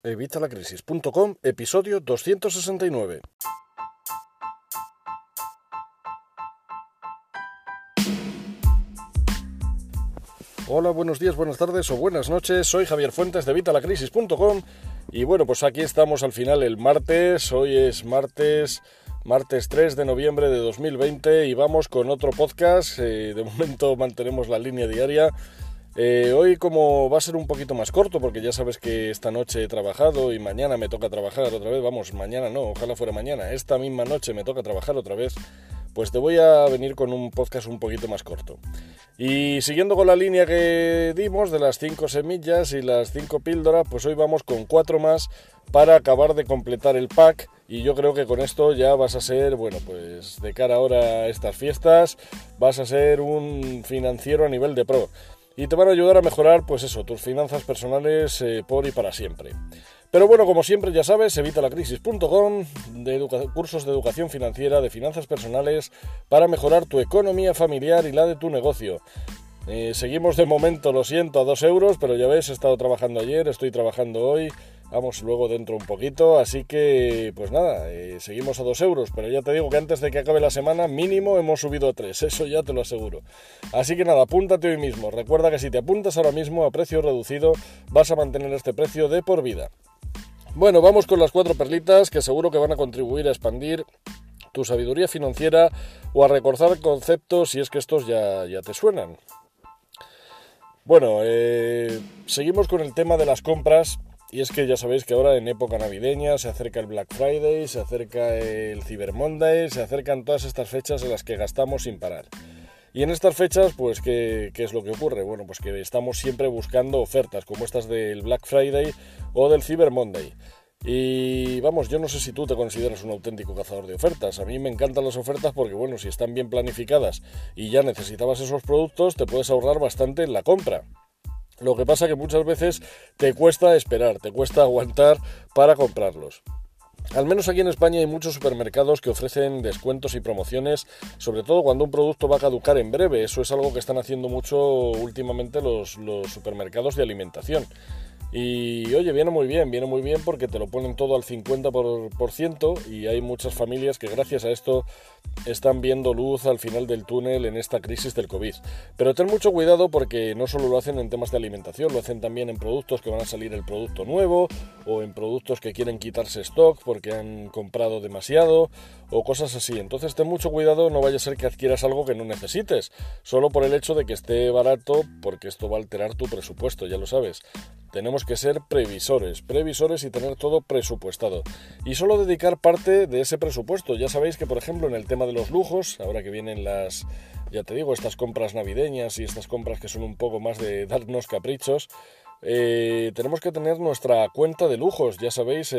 Evitalacrisis.com, episodio 269. Hola, buenos días, buenas tardes o buenas noches. Soy Javier Fuentes de Evitalacrisis.com y bueno, pues aquí estamos al final el martes. Hoy es martes 3 de noviembre de 2020 y vamos con otro podcast. De momento mantenemos la línea diaria. Hoy como va a ser un poquito más corto porque ya sabes que esta noche he trabajado y mañana me toca trabajar otra vez, mañana no, ojalá fuera mañana, esta misma noche me toca trabajar otra vez, pues te voy a venir con un podcast un poquito más corto. Y siguiendo con la línea que dimos de las 5 semillas y las 5 píldoras, pues hoy vamos con 4 más para acabar de completar el pack y yo creo que con esto ya vas a ser, bueno, pues de cara ahora a estas fiestas, vas a ser un financiero a nivel de pro. Y te van a ayudar a mejorar, pues eso, tus finanzas personales por y para siempre. Pero bueno, como siempre ya sabes, evitalacrisis.com, cursos de educación financiera, de finanzas personales, para mejorar tu economía familiar y la de tu negocio. Seguimos de momento, lo siento, a 2 euros, pero ya ves, he estado trabajando ayer, estoy trabajando hoy, vamos luego dentro un poquito, así que pues nada, seguimos a 2 euros, pero ya te digo que antes de que acabe la semana mínimo hemos subido a 3, eso ya te lo aseguro. Así que nada, apúntate hoy mismo, recuerda que si te apuntas ahora mismo a precio reducido vas a mantener este precio de por vida. Bueno, vamos con las 4 perlitas que seguro que van a contribuir a expandir tu sabiduría financiera o a recordar conceptos si es que estos ya te suenan. Bueno, seguimos con el tema de las compras y es que ya sabéis que ahora en época navideña se acerca el Black Friday, se acerca el Cyber Monday, se acercan todas estas fechas en las que gastamos sin parar. Y en estas fechas, pues, ¿qué es lo que ocurre? Bueno, pues que estamos siempre buscando ofertas como estas del Black Friday o del Cyber Monday. Y vamos, yo no sé si tú te consideras un auténtico cazador de ofertas. A mí me encantan las ofertas porque, bueno, si están bien planificadas y ya necesitabas esos productos, te puedes ahorrar bastante en la compra. Lo que pasa que muchas veces te cuesta esperar, te cuesta aguantar para comprarlos. Al menos aquí en España hay muchos supermercados que ofrecen descuentos y promociones, sobre todo cuando un producto va a caducar en breve. Eso es algo que están haciendo mucho últimamente los supermercados de alimentación. Y oye, viene muy bien porque te lo ponen todo al 50% y hay muchas familias que gracias a esto están viendo luz al final del túnel en esta crisis del COVID. Pero ten mucho cuidado porque no solo lo hacen en temas de alimentación, lo hacen también en productos que van a salir el producto nuevo o en productos que quieren quitarse stock porque han comprado demasiado o cosas así. Entonces ten mucho cuidado, no vaya a ser que adquieras algo que no necesites, solo por el hecho de que esté barato, porque esto va a alterar tu presupuesto, ya lo sabes. Tenemos que ser previsores y tener todo presupuestado. Y solo dedicar parte de ese presupuesto. Ya sabéis que, por ejemplo, en el tema de los lujos, ahora que vienen ya te digo, estas compras navideñas y estas compras que son un poco más de darnos caprichos, tenemos que tener nuestra cuenta de lujos, ya sabéis,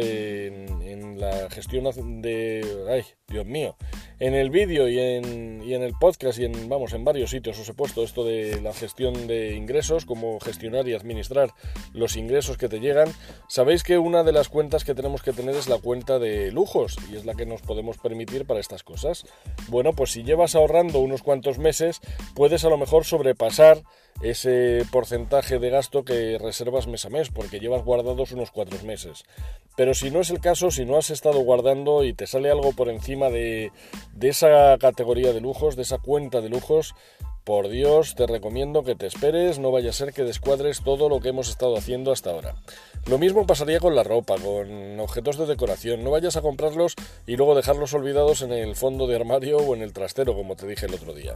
en la gestión de... ¡Ay, Dios mío! En el vídeo y en el podcast y en varios sitios os he puesto esto de la gestión de ingresos, cómo gestionar y administrar los ingresos que te llegan. Sabéis que una de las cuentas que tenemos que tener es la cuenta de lujos y es la que nos podemos permitir para estas cosas. Bueno, pues si llevas ahorrando unos cuantos meses, puedes a lo mejor sobrepasar ese porcentaje de gasto que reservas mes a mes, porque llevas guardados unos 4 meses. Pero si no es el caso, si no has estado guardando y te sale algo por encima de esa categoría de lujos, de esa cuenta de lujos, por Dios, te recomiendo que te esperes, no vaya a ser que descuadres todo lo que hemos estado haciendo hasta ahora. Lo mismo pasaría con la ropa, con objetos de decoración. No vayas a comprarlos y luego dejarlos olvidados en el fondo de armario o en el trastero, como te dije el otro día.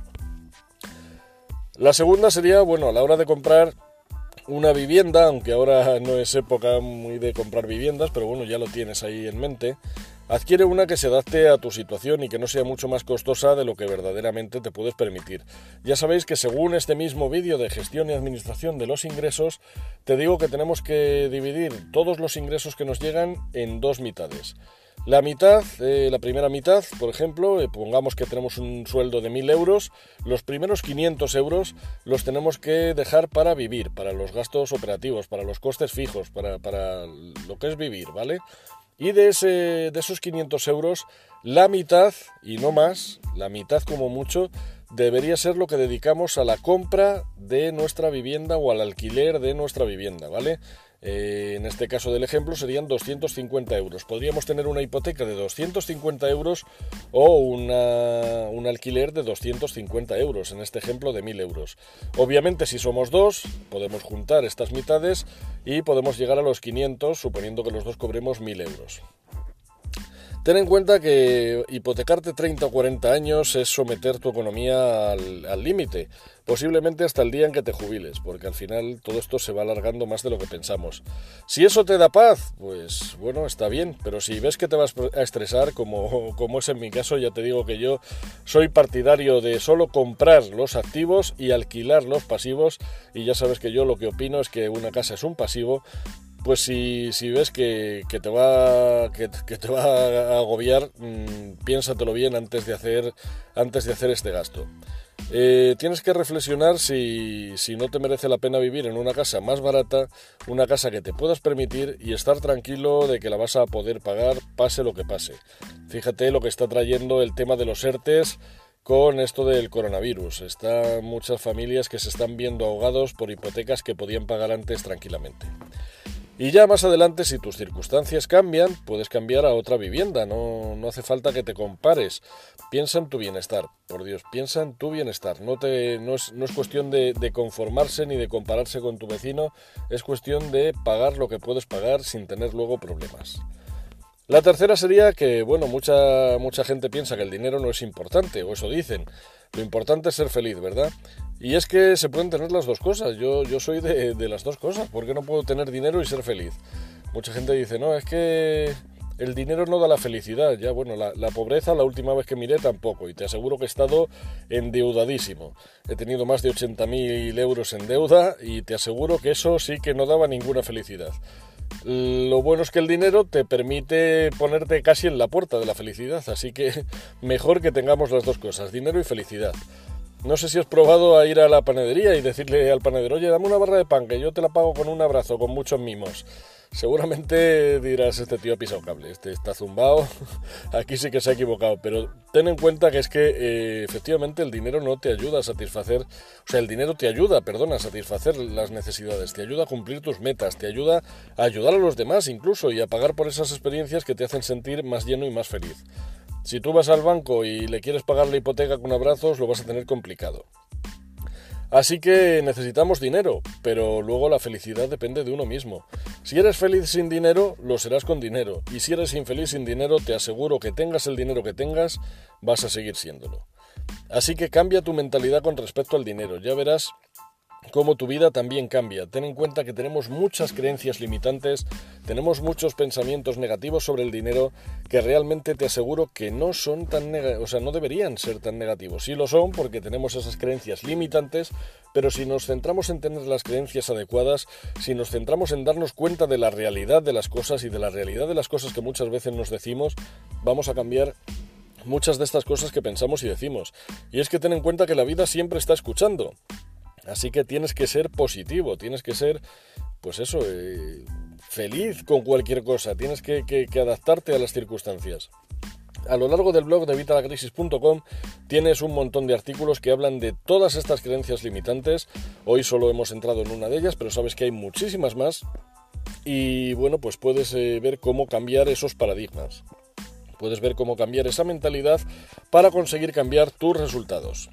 La segunda sería, bueno, a la hora de comprar una vivienda, aunque ahora no es época muy de comprar viviendas, pero bueno, ya lo tienes ahí en mente, adquiere una que se adapte a tu situación y que no sea mucho más costosa de lo que verdaderamente te puedes permitir. Ya sabéis que según este mismo vídeo de gestión y administración de los ingresos, te digo que tenemos que dividir todos los ingresos que nos llegan en 2 mitades. La mitad, la primera mitad, por ejemplo, pongamos que tenemos un sueldo de 1.000 euros, los primeros 500 euros los tenemos que dejar para vivir, para los gastos operativos, para los costes fijos, para lo que es vivir, ¿vale? Y de esos 500 euros, la mitad, y no más, la mitad como mucho, debería ser lo que dedicamos a la compra de nuestra vivienda o al alquiler de nuestra vivienda, ¿vale? En este caso del ejemplo serían 250 euros. Podríamos tener una hipoteca de 250 euros o un alquiler de 250 euros, en este ejemplo de 1.000 euros. Obviamente si somos dos, podemos juntar estas mitades y podemos llegar a los 500, suponiendo que los dos cobremos 1.000 euros. Ten en cuenta que hipotecarte 30 o 40 años es someter tu economía al límite, posiblemente hasta el día en que te jubiles, porque al final todo esto se va alargando más de lo que pensamos. Si eso te da paz, pues bueno, está bien, pero si ves que te vas a estresar, como es en mi caso, ya te digo que yo soy partidario de solo comprar los activos y alquilar los pasivos, y ya sabes que yo lo que opino es que una casa es un pasivo. Pues si ves que te va a agobiar, piénsatelo bien antes de hacer este gasto. Tienes que reflexionar si no te merece la pena vivir en una casa más barata, una casa que te puedas permitir y estar tranquilo de que la vas a poder pagar pase lo que pase. Fíjate lo que está trayendo el tema de los ERTEs con esto del coronavirus. Están muchas familias que se están viendo ahogados por hipotecas que podían pagar antes tranquilamente. Y ya más adelante, si tus circunstancias cambian, puedes cambiar a otra vivienda, no hace falta que te compares. Piensa en tu bienestar, por Dios, piensa en tu bienestar. No es cuestión de conformarse ni de compararse con tu vecino, es cuestión de pagar lo que puedes pagar sin tener luego problemas. La tercera sería que, bueno, mucha gente piensa que el dinero no es importante, o eso dicen. Lo importante es ser feliz, ¿verdad? Y es que se pueden tener las dos cosas. Yo soy de las dos cosas. ¿Por qué no puedo tener dinero y ser feliz? Mucha gente dice, no, es que el dinero no da la felicidad. Ya, bueno, la pobreza, la última vez que miré, tampoco. Y te aseguro que he estado endeudadísimo. He tenido más de 80.000 euros en deuda y te aseguro que eso sí que no daba ninguna felicidad. Lo bueno es que el dinero te permite ponerte casi en la puerta de la felicidad, así que mejor que tengamos las dos cosas, dinero y felicidad. No sé si has probado a ir a la panadería y decirle al panadero, oye, dame una barra de pan, que yo te la pago con un abrazo, con muchos mimos. Seguramente dirás, este tío ha pisado cable, este está zumbado, aquí sí que se ha equivocado, pero ten en cuenta que es que efectivamente el dinero no te ayuda a satisfacer, o sea, el dinero te ayuda, a satisfacer las necesidades, te ayuda a cumplir tus metas, te ayuda a ayudar a los demás incluso y a pagar por esas experiencias que te hacen sentir más lleno y más feliz. Si tú vas al banco y le quieres pagar la hipoteca con abrazos, lo vas a tener complicado. Así que necesitamos dinero, pero luego la felicidad depende de uno mismo. Si eres feliz sin dinero, lo serás con dinero. Y si eres infeliz sin dinero, te aseguro que tengas el dinero que tengas, vas a seguir siéndolo. Así que cambia tu mentalidad con respecto al dinero. Ya verás cómo tu vida también cambia. Ten en cuenta que tenemos muchas creencias limitantes, tenemos muchos pensamientos negativos sobre el dinero que realmente te aseguro que no son no deberían ser tan negativos. Sí lo son porque tenemos esas creencias limitantes, pero si nos centramos en tener las creencias adecuadas, si nos centramos en darnos cuenta de la realidad de las cosas y de la realidad de las cosas que muchas veces nos decimos, vamos a cambiar muchas de estas cosas que pensamos y decimos. Y es que ten en cuenta que la vida siempre está escuchando. Así que tienes que ser positivo, tienes que ser, pues eso, feliz con cualquier cosa, tienes que adaptarte a las circunstancias. A lo largo del blog de evitalacrisis.com tienes un montón de artículos que hablan de todas estas creencias limitantes. Hoy solo hemos entrado en una de ellas, pero sabes que hay muchísimas más. Y bueno, pues puedes ver cómo cambiar esos paradigmas. Puedes ver cómo cambiar esa mentalidad para conseguir cambiar tus resultados.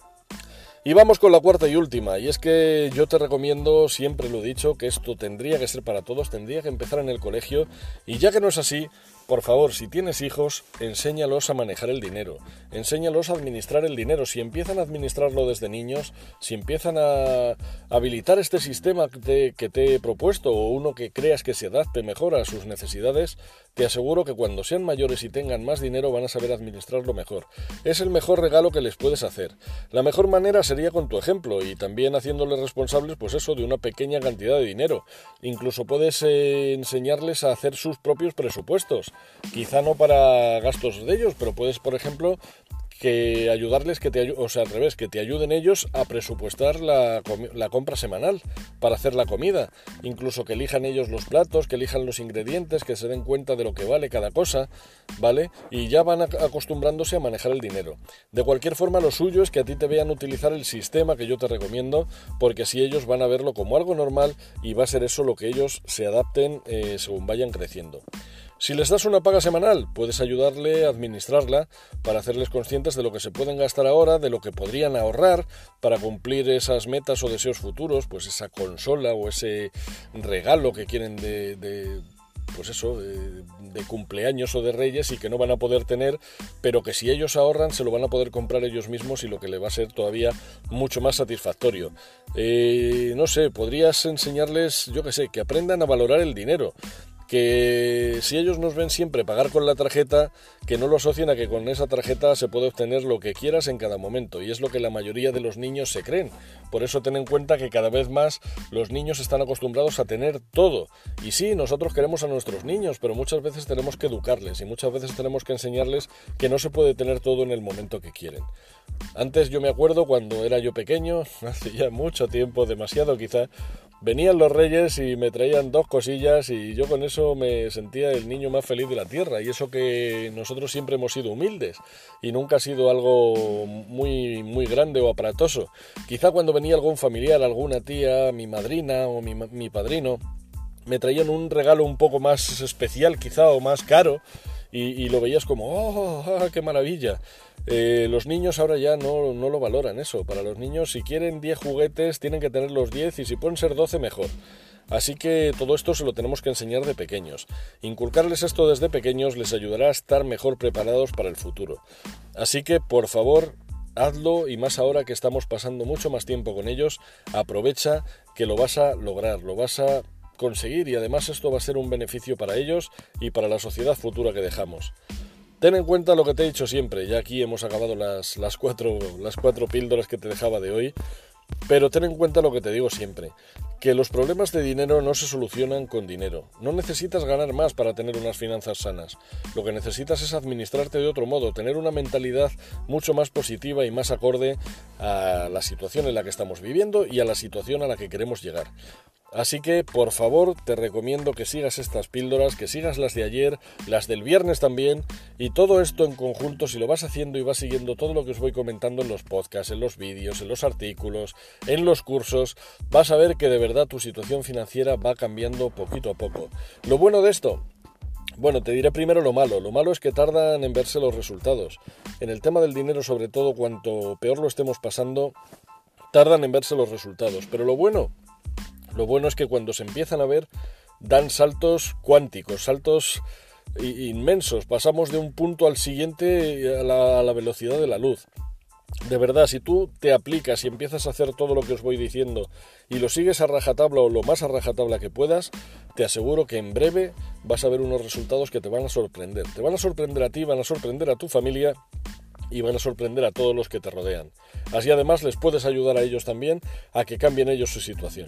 Y vamos con la cuarta y última, y es que yo te recomiendo, siempre lo he dicho, que esto tendría que ser para todos, tendría que empezar en el colegio, y ya que no es así, por favor, si tienes hijos, enséñalos a manejar el dinero, enséñalos a administrar el dinero. Si empiezan a administrarlo desde niños, si empiezan a habilitar este sistema que te he propuesto, o uno que creas que se adapte mejor a sus necesidades, te aseguro que cuando sean mayores y tengan más dinero van a saber administrarlo mejor. Es el mejor regalo que les puedes hacer. La mejor manera sería con tu ejemplo y también haciéndoles responsables, pues eso, de una pequeña cantidad de dinero. Incluso puedes enseñarles a hacer sus propios presupuestos. Quizá no para gastos de ellos, pero puedes, por ejemplo, que ayudarles, al revés, que te ayuden ellos a presupuestar la compra semanal para hacer la comida, incluso que elijan ellos los platos, que elijan los ingredientes, que se den cuenta de lo que vale cada cosa, ¿vale? Y ya van acostumbrándose a manejar el dinero. De cualquier forma, lo suyo es que a ti te vean utilizar el sistema que yo te recomiendo, porque así ellos van a verlo como algo normal y va a ser eso lo que ellos se adapten según vayan creciendo. Si les das una paga semanal, puedes ayudarle a administrarla para hacerles conscientes de lo que se pueden gastar ahora, de lo que podrían ahorrar para cumplir esas metas o deseos futuros, pues esa consola o ese regalo que quieren de cumpleaños o de Reyes y que no van a poder tener, pero que si ellos ahorran se lo van a poder comprar ellos mismos y lo que le va a ser todavía mucho más satisfactorio. No sé, podrías enseñarles, que aprendan a valorar el dinero. Que si ellos nos ven siempre pagar con la tarjeta, que no lo asocien a que con esa tarjeta se puede obtener lo que quieras en cada momento, y es lo que la mayoría de los niños se creen. Por eso ten en cuenta que cada vez más los niños están acostumbrados a tener todo. Y sí, nosotros queremos a nuestros niños, pero muchas veces tenemos que educarles y muchas veces tenemos que enseñarles que no se puede tener todo en el momento que quieren. Antes yo me acuerdo cuando era yo pequeño, hace ya mucho tiempo, demasiado quizá, venían los Reyes y me traían 2 cosillas y yo con eso me sentía el niño más feliz de la tierra, y eso que nosotros siempre hemos sido humildes y nunca ha sido algo muy, muy grande o aparatoso. Quizá cuando venía algún familiar, alguna tía, mi madrina o mi padrino, me traían un regalo un poco más especial quizá o más caro y lo veías como ¡oh, qué maravilla! Los niños ahora ya no lo valoran eso. Para los niños, si quieren 10 juguetes, tienen que tener los 10 y si pueden ser 12, mejor. Así que todo esto se lo tenemos que enseñar de pequeños. Inculcarles esto desde pequeños les ayudará a estar mejor preparados para el futuro. Así que, por favor, hazlo, y más ahora que estamos pasando mucho más tiempo con ellos, aprovecha que lo vas a lograr, lo vas a conseguir, y además esto va a ser un beneficio para ellos y para la sociedad futura que dejamos. Ten en cuenta lo que te he dicho siempre, ya aquí hemos acabado las cuatro píldoras que te dejaba de hoy, pero ten en cuenta lo que te digo siempre, que los problemas de dinero no se solucionan con dinero. No necesitas ganar más para tener unas finanzas sanas. Lo que necesitas es administrarte de otro modo, tener una mentalidad mucho más positiva y más acorde a la situación en la que estamos viviendo y a la situación a la que queremos llegar. Así que, por favor, te recomiendo que sigas estas píldoras, que sigas las de ayer, las del viernes también, y todo esto en conjunto, si lo vas haciendo y vas siguiendo todo lo que os voy comentando en los podcasts, en los vídeos, en los artículos, en los cursos, vas a ver que de verdad tu situación financiera va cambiando poquito a poco. Lo bueno de esto, bueno, te diré primero lo malo. Lo malo es que tardan en verse los resultados. En el tema del dinero, sobre todo, cuanto peor lo estemos pasando, tardan en verse los resultados. Pero lo bueno es que cuando se empiezan a ver, dan saltos cuánticos, saltos inmensos. Pasamos de un punto al siguiente a la velocidad de la luz. De verdad, si tú te aplicas y empiezas a hacer todo lo que os voy diciendo y lo sigues a rajatabla o lo más a rajatabla que puedas, te aseguro que en breve vas a ver unos resultados que te van a sorprender. Te van a sorprender a ti, van a sorprender a tu familia y van a sorprender a todos los que te rodean. Así además les puedes ayudar a ellos también a que cambien ellos su situación.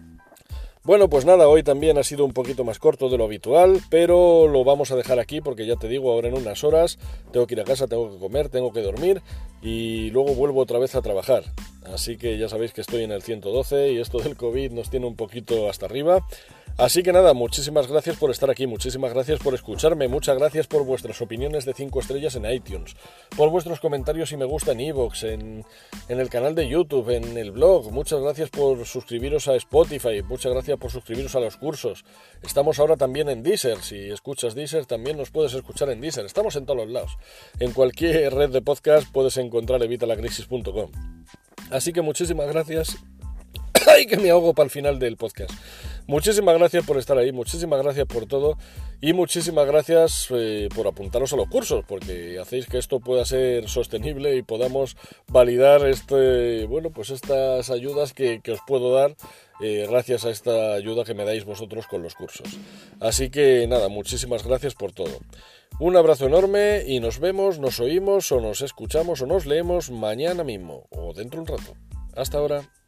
Bueno, pues nada, hoy también ha sido un poquito más corto de lo habitual, pero lo vamos a dejar aquí porque ya te digo, ahora en unas horas tengo que ir a casa, tengo que comer, tengo que dormir y luego vuelvo otra vez a trabajar. Así que ya sabéis que estoy en el 112 y esto del COVID nos tiene un poquito hasta arriba. Así que nada, muchísimas gracias por estar aquí, muchísimas gracias por escucharme, muchas gracias por vuestras opiniones de 5 estrellas en iTunes, por vuestros comentarios y me gusta en iVoox, en el canal de YouTube, en el blog. Muchas gracias por suscribiros a Spotify, muchas gracias por suscribiros a los cursos. Estamos ahora también en Deezer, si escuchas Deezer también nos puedes escuchar en Deezer, estamos en todos los lados. En cualquier red de podcast puedes encontrar evitalacrisis.com. Así que muchísimas gracias. ¡Ay, que me ahogo para el final del podcast! Muchísimas gracias por estar ahí, muchísimas gracias por todo y muchísimas gracias por apuntaros a los cursos, porque hacéis que esto pueda ser sostenible y podamos validar estas ayudas que os puedo dar gracias a esta ayuda que me dais vosotros con los cursos. Así que nada, muchísimas gracias por todo. Un abrazo enorme y nos vemos, nos oímos o nos escuchamos o nos leemos mañana mismo o dentro de un rato. Hasta ahora.